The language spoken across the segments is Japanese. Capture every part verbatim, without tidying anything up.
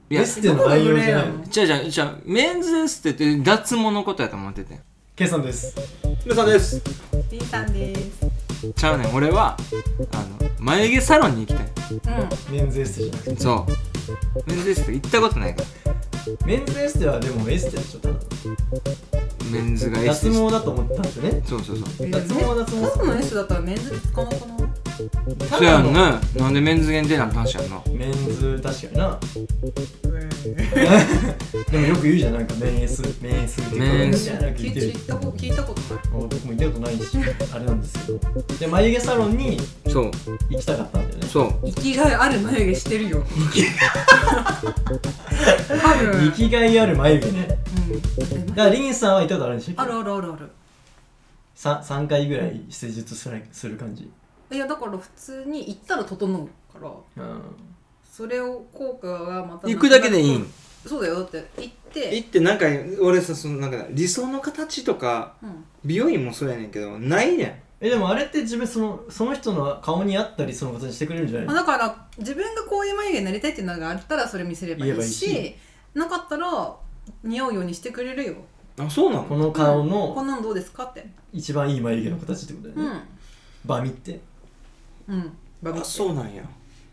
いやエステの内容じゃないの。 じゃあじゃあじゃあメンズエステって脱毛のことやと思ってて。 ケイさんです。 ルさんです。 リンさんです。 ちゃうねん、俺はあの眉毛サロンに行きたい。 うん。 メンズエステじゃなくて。 そうメンズエステ行ったことないから。 メンズエステはでもエステでしょ、ただメンズがエステ脱毛だと思ってたんですよね。 そうそうそう。 脱毛は脱毛。 ただのエステだったらメンズで使わなくない？ そうやんね。なんでメンズ限定なんて話やんな。 メンズ確かにな。でもよく言うじゃん、なんかメンエスメンエスってメンエスじゃなく聞ていたこと聞いたことない。 僕も行ったことないしあれなんですけど、で眉毛サロンにそう行きたかったんだよね。 そう生きがいある眉毛してるよ。多分。 生きがいある眉毛ね。 うん。 だからリンさんは行ったことあるんでしたっけ？ あるあるあるある。 ささんかいぐらい施術するする感じ。 いやだから普通に行ったら整うから、 うんそれを効果がまた行くだけでいいん。 そうだよ。だって行って行ってなんか俺さ、そのなんか理想の形とかうん美容院もそうやねんけどないねん。 えでもあれって自分そのその人の顔に合ったりその形にしてくれるんじゃないまあ、 の？ だから自分がこういう眉毛になりたいっていうのがあったらそれ見せればいいし、 言えばいいしなかったら似合うようにしてくれるよ。 あ、そうなの？ この顔こんのなのどうですかって。 一番いい眉毛の形ってことだよね。 うんバミってうんバビあ、 ってそうなんや。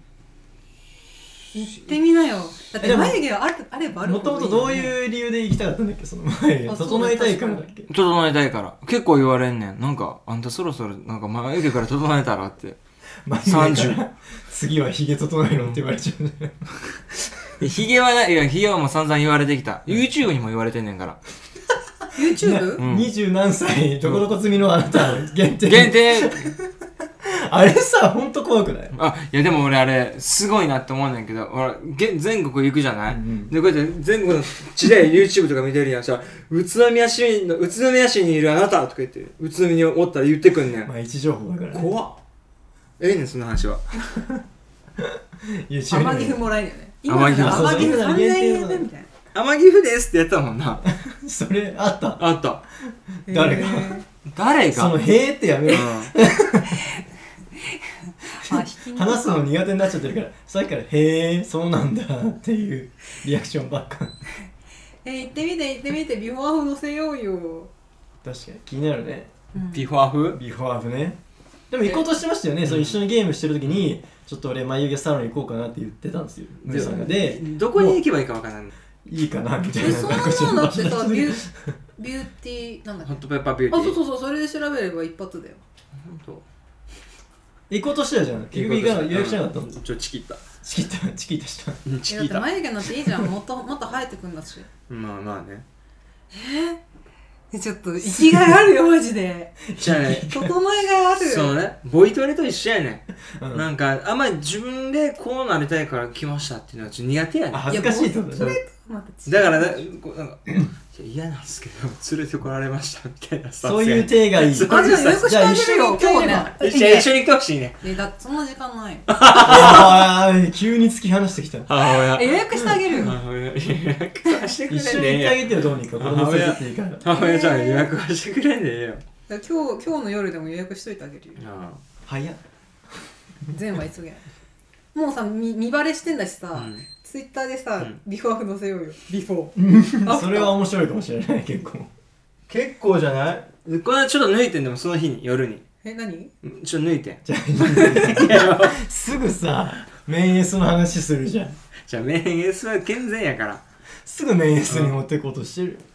行ってみなよ。だってえでも眉毛があるあればあるもともとどうういう理由で行きたかったんだっけ、その眉毛あそう整えたいからだっけ？ 整えたいから。結構言われんねん。なんかあんたそろそろなんか眉毛から整えたらって。 眉毛さんじゅうから次はヒゲ整えろって言われちゃうね。 ヒゲはない、いやヒゲはもう散々言われてきた。YouTube にも言われてんねんから。 YouTube？ うん二十何歳どこどこ済みのあなた限定限定あれさほんと怖くない？ あ、いやでも俺あれすごいなって思うねんけど、俺げ全国行くじゃない、 うんうんでこうやって全国の地で YouTube とか見てるやんさ、宇都宮市の宇都宮市にいるあなたとか言って宇都宮におったら言ってくんねん。 まあ位置情報だからね。 怖っ。ええねんその話は。 YouTube 天城もらえるよね。 天城今天城そうそうさんぜんえんでみたいな。 天城府ですってやったもんな。 それあった。 あった。 誰がへー誰がその「へーってやめろ。 あひき肉か話すの苦手になっちゃってるからさっきから「へーそうなんだ」っていうリアクションばっか。 えー行ってみて行ってみてビフォーアフ載せようよ。 確かに気になるね。 うんビフォー風ビフォーアフね。でも行こうとしてましたよね。そう一緒にゲームしてる時にちょっと俺眉毛サロン行こうかなって言ってたんですよ、ムーさんが。でどこに行けばいいかわからん。 いいかなみたいな。 えそんなもんだってさビュービューティーなんだっけ。 ホットペッパービューティー。 あそうそうそうそれで調べれば一発だよ。 ほんと行こうとしてたじゃん。結局行かな予約しなかったの。 ちょ、チキった。 チキったチキったした。 うんチえだってキった。 眉毛なんていいじゃん。もっともっと生えてくんだし。 まあまあね。 えちょっと生きがいあるよマジで。 じゃあね、 整えがある。 そうね、ボイトレと一緒やねうんん。なんか、あんまり自分でこうなりたいから来ましたっていうのはちょっと苦手やねん。 あ恥ずかしいってことだね。 また違うだからね、こうなんか、いや嫌なんですけど、連れてこられましたみたいなスタンスそういう手がいい。 そうあじゃあ予約してあげるよじゃあ一緒に行今日けばね。 一緒に一緒に来てほしいね。 えだってそんな時間ないよ。 あー急に突き放してきた。 母親。 え予約してあげるよ。 母親、予約はしてくれ一緒にねえよ。 行ってあげてよ、どうにか。子供連れてっていいから。 母親ちゃん予約はしてくれねえよ。 だから今日今日の夜でも予約しといてあげるよ。 あ早っ。 全は急げ。もうさ見見バレしてんだしさ、 うんツイッターでさ、 うんビフォーアフ載せようよ。ビフォー。 それは面白いかもしれない、結構。 結構じゃないこれちょっと抜いてんでもその日に、夜に。 え何？ ちょっと抜いてん。 じゃいやあ、すぐさ、メインエスの話するじゃん。 じゃあメインエスは健全やから。 すぐメインエスに持っていこうとしてる。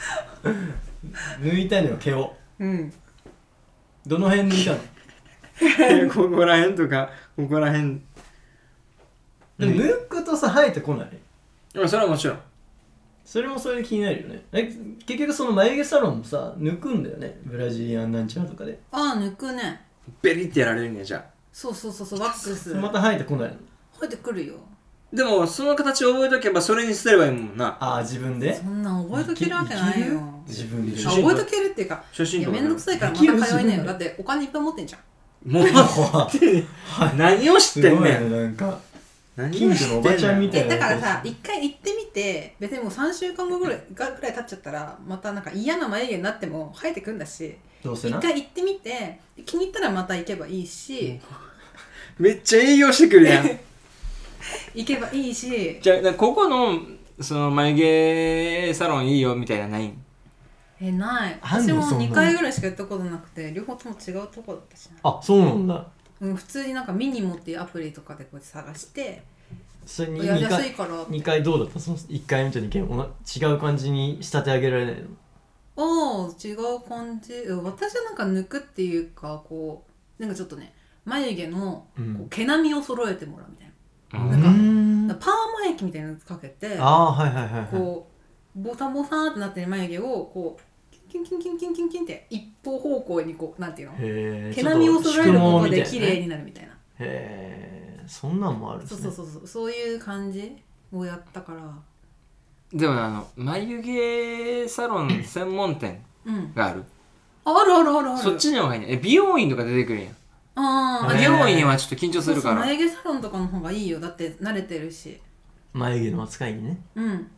抜いたのよ、毛を。 うん。 どの辺抜いたの？ ここら辺とか、ここら辺。 でも抜くとさ、生えてこない。 まあそれはもちろん。 それもそれで気になるよね。え結局その眉毛サロンもさ、抜くんだよね。ブラジリアンなんちゃらとかで。 ああ抜くね。 ベリってやられるんやじゃあ。 そうそうそうそうワックス。 また生えてこないの。 生えてくるよ。 でもその形を覚えとけばそれにすればいいもんな。 ああ、自分でそんなん覚えとけるわけないよ。 自分で。 あ覚えとけるっていうか、いや写真とかめんどくさいからまできるた通いなよ。 自分でだってお金いっぱい持ってんじゃん。 もう何を知ってんねん。 すごいね、なんか。 何近所のおばちゃんみたいえな。 だからさ一回行ってみて別にもうさんしゅうかんごぐらいがぐらい経っちゃったらまたなんか嫌な眉毛になっても生えてくんだし、一どうせな。 回行ってみて気に入ったらまた行けばいいし、 めっちゃ営業してくるやん。 行けばいいし。 じゃあだからここのその眉毛サロンいいよみたいなのないん？ え、ない。 あんの私もそんなのにかいぐらいしかやったことなくて、両方とも違うとこだったしな。 あ、そうなんだ。 うん、普通になんかミニモっていうアプリとかでこうやって探してそれにやりやすにかいいからってにかいどうだった？そのいっかいめとにかいめ違う感じに仕立て上げられないの？ ああ違う感じ。うん私はなんか抜くっていうかこうなんかちょっとね眉毛のうんこう毛並みを揃えてもらうみたいな、 うんなんかうーんパーマ液みたいなのかけてああはいはいはいはいこうボタボタってなってる眉毛をこうキュンキュンキュンキュンキュンキュンって一方方向にこうなんていうのへえ毛並みを揃えることで綺麗にになるみたいな。 へえそんなんもあるんですね。 そうそうそうそうそういう感じをやったから。 でもあの眉毛サロン専門店うんがある、 ああるあるあるある。 そっちの方がいいね。え美容院とか出てくるやん。 ああ美へー容院はちょっと緊張するから。 そうそう眉毛サロンとかの方がいいよ。だって慣れてるし。 眉毛の扱いにね。 うん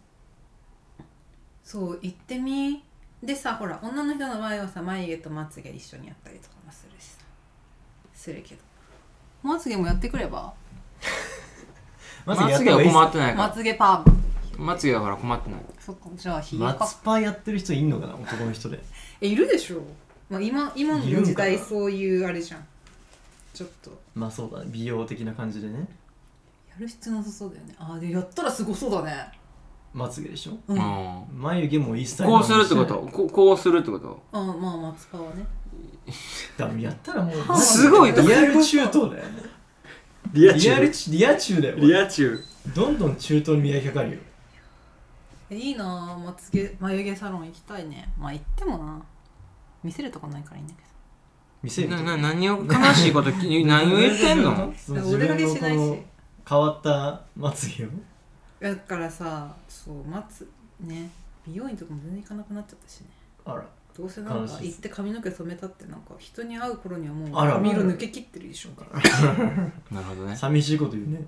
そう行ってみ。でさほら女の人の場合はさ眉毛とまつげ一緒にやったりとかもするしさするけどまつげもやってくれば。 まつげは困ってないかまつげパーマ。 ら。まつげはほら困ってない。 そっかじゃあひげかマツパやってる人いんのかな男の人で。 えいるでしょ、まあ、今今のいるんかな時代そういうあれじゃん。ちょっとまあそうだね美容的な感じでね。 やる必要なさそうだよね。あーでやったらすごそうだね。 まつげでしょ。 うん、 うあん。 眉毛も一切こうするってことこうこうするってことまあまつパはね。 多分やったらもあうすごいリアル中東だよね。 リリアルリア中だよ。 リア中。 どんどん中東に磨きかかるよ。 えいいなぁまつげ眉毛サロン行きたいね。まあ行ってもな見せるとこないからいいんだけど。 見せるとなな何を悲しいこと何を言ってんの？ その自分のこの変わったまつげをだからさそう待つね美容院とかも全然行かなくなっちゃったしね。 あらどうせなんか悲しいです行って髪の毛染めたってなんか人に会う頃にはもうあら髪色抜けきってるでしょ。 なるほどね。 寂しいこと言うね。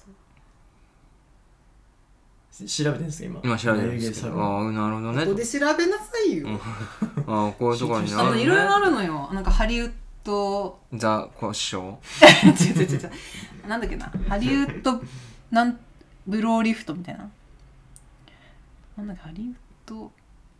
そう調べてるんですか今。 今調べてるんですけど。 眉毛サロンああなるほどね。 ここで調べなさいよ。 ああこういうところにああるのいろいろあね。 るのよ。なんかハリウッドザコショ違う違う違う違うなんだっけなハリウッドなんブローリフトみたいななんだっけハリウッド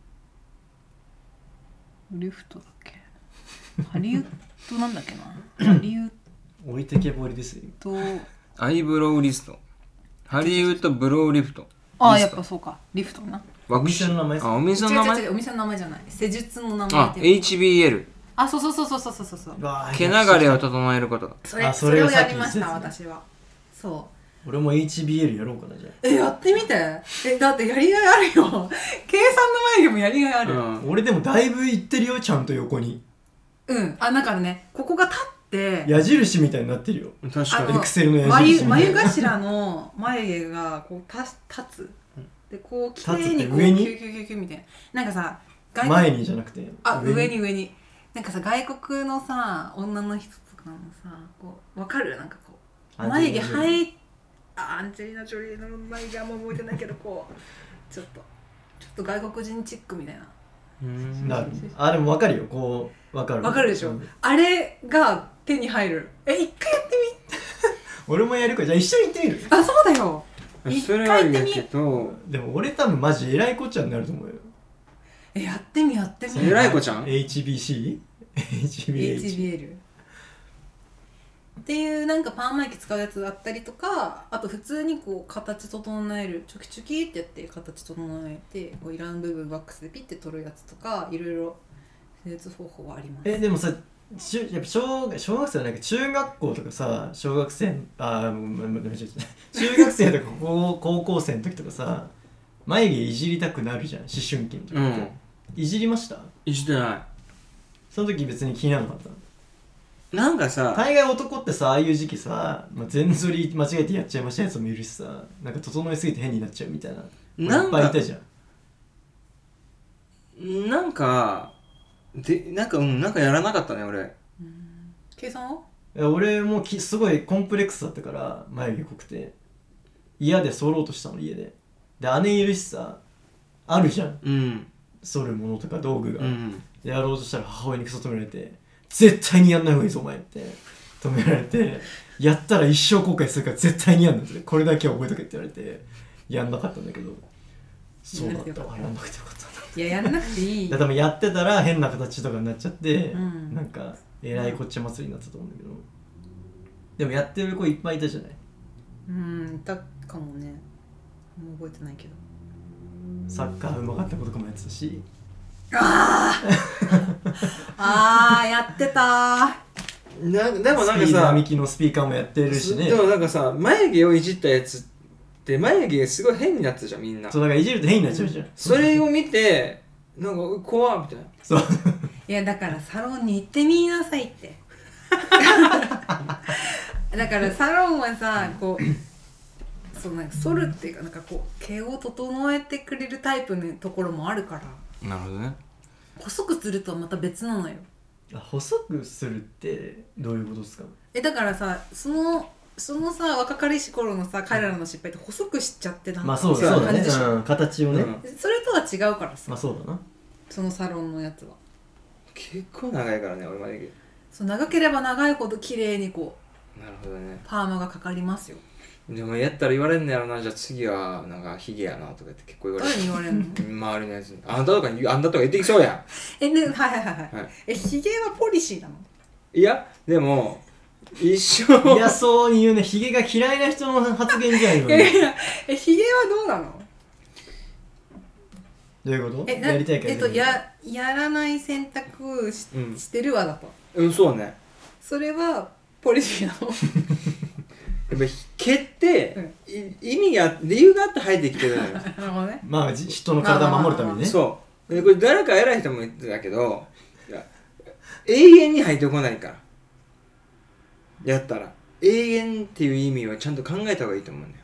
リフトだっけハリウッドなんだっけなハリウッ置いてけぼりですよ。 ドアイブロウリスト。ハリウッドブロウリフト。 ああリストやっぱそうかリフトな。 お店の名前ですあお違う店の名前。 違う違うお店の名前じゃない施術の名前あっていうエイチビーエル。 あそうそうそうそうそうそうそうそうわあ毛流れを整えること。 それあそれをそれをさっきやりました言ってたやつ私は。そう俺も エイチビーエル やろうかなじゃあ。 えやってみて。えだってやりがいあるよ計算の眉毛もやりがいある。 うん俺でもだいぶいってるよちゃんと横に。 うんあだからねここが立って矢印みたいになってるよ。 確かにあのエクセルの矢眉印みたいな。 眉頭の眉毛がこう立立つでこう綺麗にこう立つって上にキュキュキュキュみたいな。なんかさ外国前にじゃなくてあ上に上になんかさ外国のさ女の人とかもさこうわかるなんかこう眉毛生えあアンジェリーナ・ジョリーの眉毛あんま覚えてないけどこうちょっとちょっと外国人チックみたいなうんなる。あでも分かるよこう分かる。 わかるでしょ、 うんあれが手に入る。え一回やって俺もやるからじゃあ一緒に行ってみる。 みあそうだよ一それは回やってみいいけどでも俺多分マジ偉いこっちゃになると思うよ。 えやってみやってみ偉い子ちゃんエイチビーシー？エイチビーエイチ。 エイチビーエル っていうなんかパーマ液使うやつあったりとかあと普通にこう形整えるチョキチョキってやって形整えてこういらん部分ワックスでピッて取るやつとかいろいろ施術方法はあります。 えでもさ中やっぱ小小学生はなんか中学校とかさ小学生あーもうもうもう中学生とか高高校生の時とかさ眉毛いじりたくなるじゃん思春期の時って、 うんいじりました？ いじってなその時別に気にならなかったの？ い。なんかさ大概男ってさああいう時期さ、まあ、全剃り間違えてやっちゃいましたやつもいるしさなんか整えすぎて変になっちゃうみたいななんかいっぱいいたじゃん。 なんかでなんかうんなんかやらなかったね俺。 計算は？ いや俺もきすごいコンプレックスだったから眉毛濃くて嫌で剃ろうとしたの家で。で姉いるしさあるじゃんうん剃るものとか道具が、 うんでやろうとしたら母親にクソ止められて絶対にやんない方がいいぞお前って止められてやったら一生後悔するから絶対にやんのってこれだけは覚えとけって言われてやんなかったんだけどそうだったわやんなくてよかったいややんなくていいだから多分やってたら変な形とかになっちゃって、 うん、 なんかえらいこっちゃ祭りになったと思うんだけどでもやってる子いっぱいいたじゃない。 うんいたかもねもう覚えてないけどサッカーうまかった子とかもやってたしあーあーやってたーなでもなんかスピードさ並木のスピーカーもやってるしね。 でもなんかさ眉毛をいじったやつって眉毛すごい変になってたじゃんみんな。 そうだからいじると変になっちゃうじゃん、うん、 それを見てなんか怖っみたいな。 そういやだからサロンに行ってみなさいってだからサロンはさこうそうなんか剃るっていうかなんかこう毛を整えてくれるタイプのところもあるからなるほどね。 細くするとはまた別なのよ。 あ細くするってどういうことですか。 えだからさそのそのさ若かりし頃のさ彼らの失敗って細くしちゃってなんかまあそうだそうだね、 感じでしょ、 うん、形をね、 うんそれとは違うからさ、 まあそうだな。 そのサロンのやつは結構長いからね俺眉そう長ければ長いほど綺麗にこ毛。なるほどね。 うパーマがかかりますよ。 でもやったら言われんのやろな。じゃあ次はなんかヒゲやなとか言って結構言われる。 誰に言われるの周りのやつにあんたとかにあんたとか言ってきそうやえねはいはいはいはい、 ん、はい、 えヒゲはポリシーなの。 いやでも一生嫌そうに言うね。ヒゲが嫌いな人の発言じゃん今いやいやえヒゲはどうなの。 どういうこと。 えなやりたいからえっとややらない選択を し,、 うんしてるわだと。 うんそうね。 それはポリシーなのやっぱ毛って、 うんい意味が理由があって生えてきてるのよなるほどね。 まあじ人の体を守るためにね。 そうでこれ誰か偉い人も言ってたけどいや永遠に生えてこないからやったら永遠っていう意味はちゃんと考えた方がいいと思うんだよ。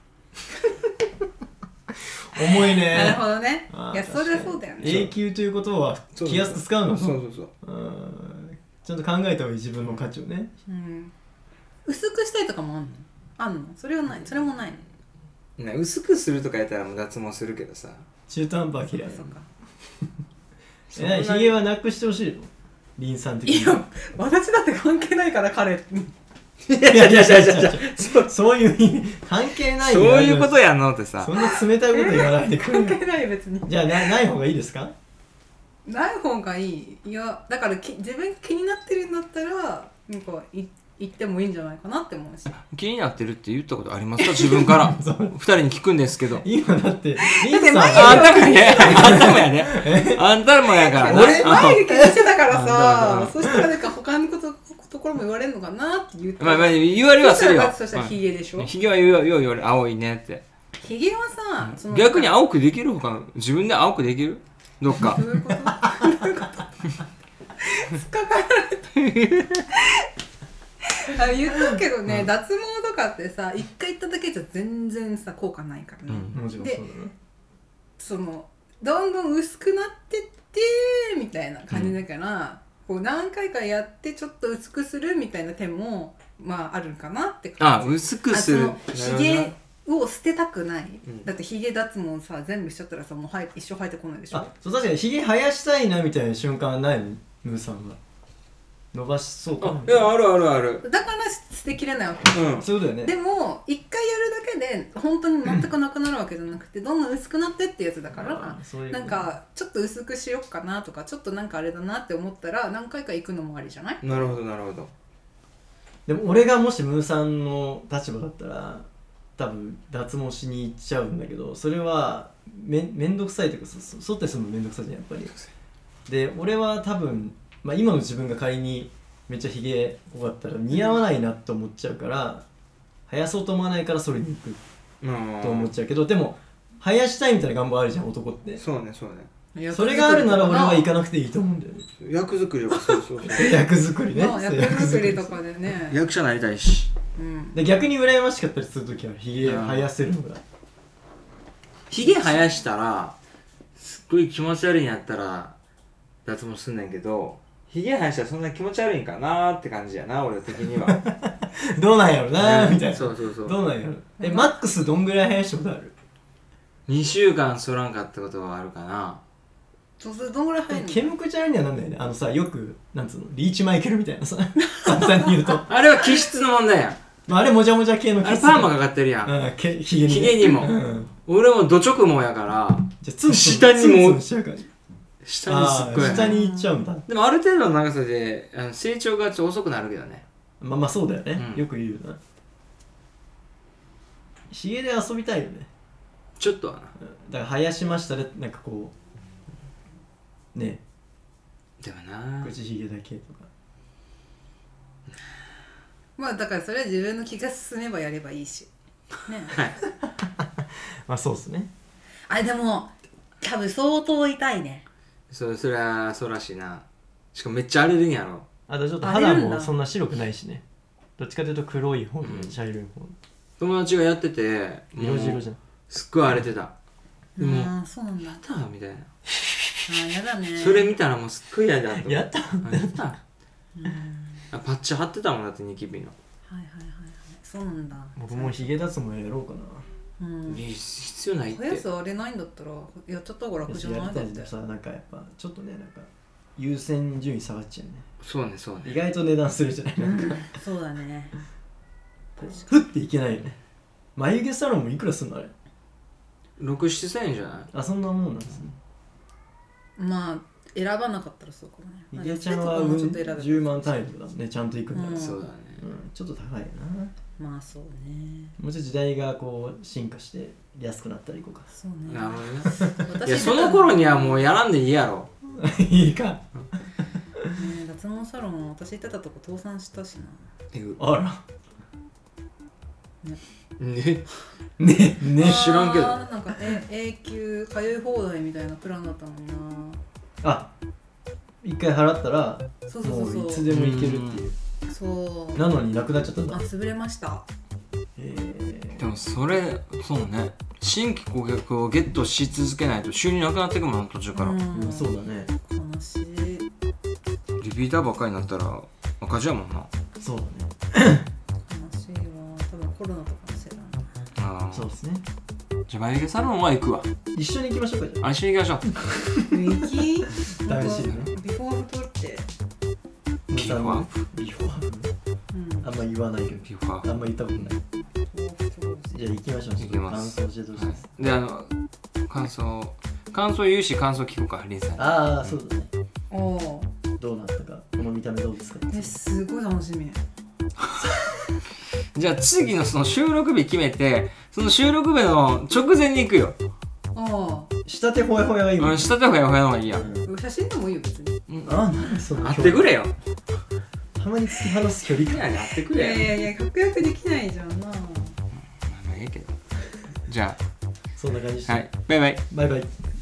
重いね。 なるほどね。 あーいやそれはそうだよね。 永久ということはそう気安く使うの。 そうそうそううんちゃんと考えた方がいい自分の価値をね。 うん薄くしたいとかもあんのあんのそれはないそれもないの。 ね薄くするとかやったらもう脱毛するけどさ中途半端は嫌い。 そうか。 えなにヒゲはなくしてほしいの。リンさん的に。 いや私だって関係ないから彼。 いやいやいやいやいやいやそうそういう意味関係ないそういうことやんのってさそんな冷たいこと言わないでくれ関係ない別に。 じゃあなない方がいいですか。 ない方がいい。いやだからき自分が気になってるんだったらなんかい言ってもいいんじゃないかなって思うし。 気になってるって言ったことありますか自分から二人に聞くんですけど。 今だってリンさんあんたもやあんたもやねあんたもやからな。 俺前毛気にしてたからあさそしたらなんか他のことところも言われるのかなって言ってまあまあ言われはするよ。 そしたらヒゲでしょ。 ヒゲはようよう言われる青いねって。 ヒゲはさその逆に青くできる他の自分で青くできるどっかどういうことどういうことつかかられてあ言っとくけどね、うん、脱毛とかってさ一回行っただけじゃ全然さ効果ないからね、 うん、もちろんそうだね。 そのどんどん薄くなってってみたいな感じだから、うん、こう何回かやってちょっと薄くするみたいな手もまああるかなって感じ。 あ薄くする。 ひげを捨てたくない、 うん、 だってひげ脱毛さ全部しちゃったらさもう生え一生生えてこないでしょ。 あそう確かにひげ生やしたいなみたいな瞬間はないのムーさんは。伸ばしそうかな。 いやあるあるある。 だから捨てきれないわけ、 うん、 そうだよね。 でも一回やるだけで本当に全くなくなるわけじゃなくて、うん、どんどん薄くなってってやつだから、ううなんかちょっと薄くしよっかなとかちょっとなんかあれだなって思ったら何回か行くのもありじゃない。 なるほどなるほど。 でも俺がもしムーさんの立場だったら多分脱毛しに行っちゃうんだけど、それはめめんどくさいというかそ剃ったりするのめんどくさいじゃんやっぱり。で俺は多分、まあ、今の自分が仮にめっちゃヒゲ濃かったら似合わないなって思っちゃうから生やそうと思わないからそれに行くと思っちゃうけど、でも生やしたいみたいな願望あるじゃん男って。 そうねそうね。 それがあるなら俺は行かなくていいと思うんだよね。 役作りはそうそうそう役作りね。 役作りとかでね役者なりたいし、 うん、 で逆に羨ましかったりするときはヒゲ生やせるのが。 ヒゲ生やしたらすっごい気持ち悪いんやったら脱毛すんねんけど、ヒゲ生やしたらそんな気持ち悪いんかなーって感じやな俺的には。 どうなんやろなーみたいな。 そうそうそう。 どうなんやろ。えマックスどんぐらい生やしたことある。 にしゅうかん剃らんかったことはあるかな。 そうするとどんぐらい生えるの。 毛むくちゃんにはなんだよね。あのさよくなんつうのリーチマイケルみたいなさ簡単に言うとあれは気質の問題やん。 まあ、あれもじゃもじゃ系のあれパーマかかってるやん、 うんけひげにねひげにもうん俺も土直毛やからじゃあツンツン下にもツンツンしちゃうから下にすっごいあー下に行っちゃうんだでもある程度の長さであの成長がちょっと遅くなるけどね。 まあまあそうだよね、 うんよく言うよなひげで遊びたいよねちょっとはな。 だから生やしましたでなんかこうねでもな口ひげだけとかまあだからそれは自分の気が進めばやればいいしねまあそうっすねあでも多分相当痛いね。 そそれはそうらしいな。しかもめっちゃ荒れるんやろ。 あとちょっとあれるんだ肌もそんな白くないしねどっちかというと黒い方にうん茶色い方、 友達がやってて色白じゃんすっごい荒れてた。でもああそうなんだ。 やったみたいな。 あやだね。 それ見たらもうすっごい嫌だと思って。 やったあやったうんあパッチ貼ってたもんだってニキビの。 はいはいはいはいそうなんだ。 僕もひげ脱毛やろうかなうんいや必要ないって。 生やすあれないんだったらやっちゃった方が楽じゃやないだってりたいけどさなんかやっぱちょっとねなんか優先順位下がっちゃうねそうねそうね。 意外と値段するじゃないなんかそうだね。 ふっていけないよね眉毛サロンもいくらすんのあれろく、ななせんえんじゃない？ あそんなもんなんですねまあ選ばなかったらそうかもね。まあひげちゃんは安いとこもちょっと選べばじゅうまん単位とかだもんねちゃんといくんだから、 うんそうだね。 うんちょっと高いよなまあそうね。 もうちょっと時代がこう進化して安くなったらいこうかそうね。 なるほどね。 私いやその頃にはもうやらんでいいやろ。 いいかね脱毛サロン私行ってたとこ倒産したしな。 えうあらねねね知らんけどあーなんかえ永久通い放題みたいなプランだったのにな。 あ一回払ったらそうそうもそううそういつでも行けるっていうそうなのになくなっちゃったんだあ潰れました。 えでもそれそうね新規顧客をゲットし続けないと収入なくなっていくもん途中から、 うんー、そうだね悲しい。 リピーターばっかりになったら赤字やもんな。 そうだね悲しいわ。多分コロナとかのせいだな。 ああそうですねじゃあ眉毛サロンは行くわ。 一緒に行きましょうかじゃあ一緒に行きましょう。 行き試しにねビフォーアフターってあビフォーアフビフォーアフうんあんま言わないけどビフォーあんま言ったことないじゃあ行きましょう行きます感想してどうします、 であの感想感想言うし感想聞こうかリンさんに。 ああそうだねおおどうなったかこの見た目どうですかえすごい楽しみ。 じゃあ次のその収録日決めてその収録日の直前に行くよ。 あ下手ほやほやがいいもんうん下手ほやほやの方がいいやん。 あ写真でもいいよ別に。 あ何その会ってくれよ。 たまに突き放す距離感いや会ってくいやれよ。 いやいや確約できないじゃんな。 まあまあええけど。じゃそんな感じして、 あはいバイバイ。 バイバイ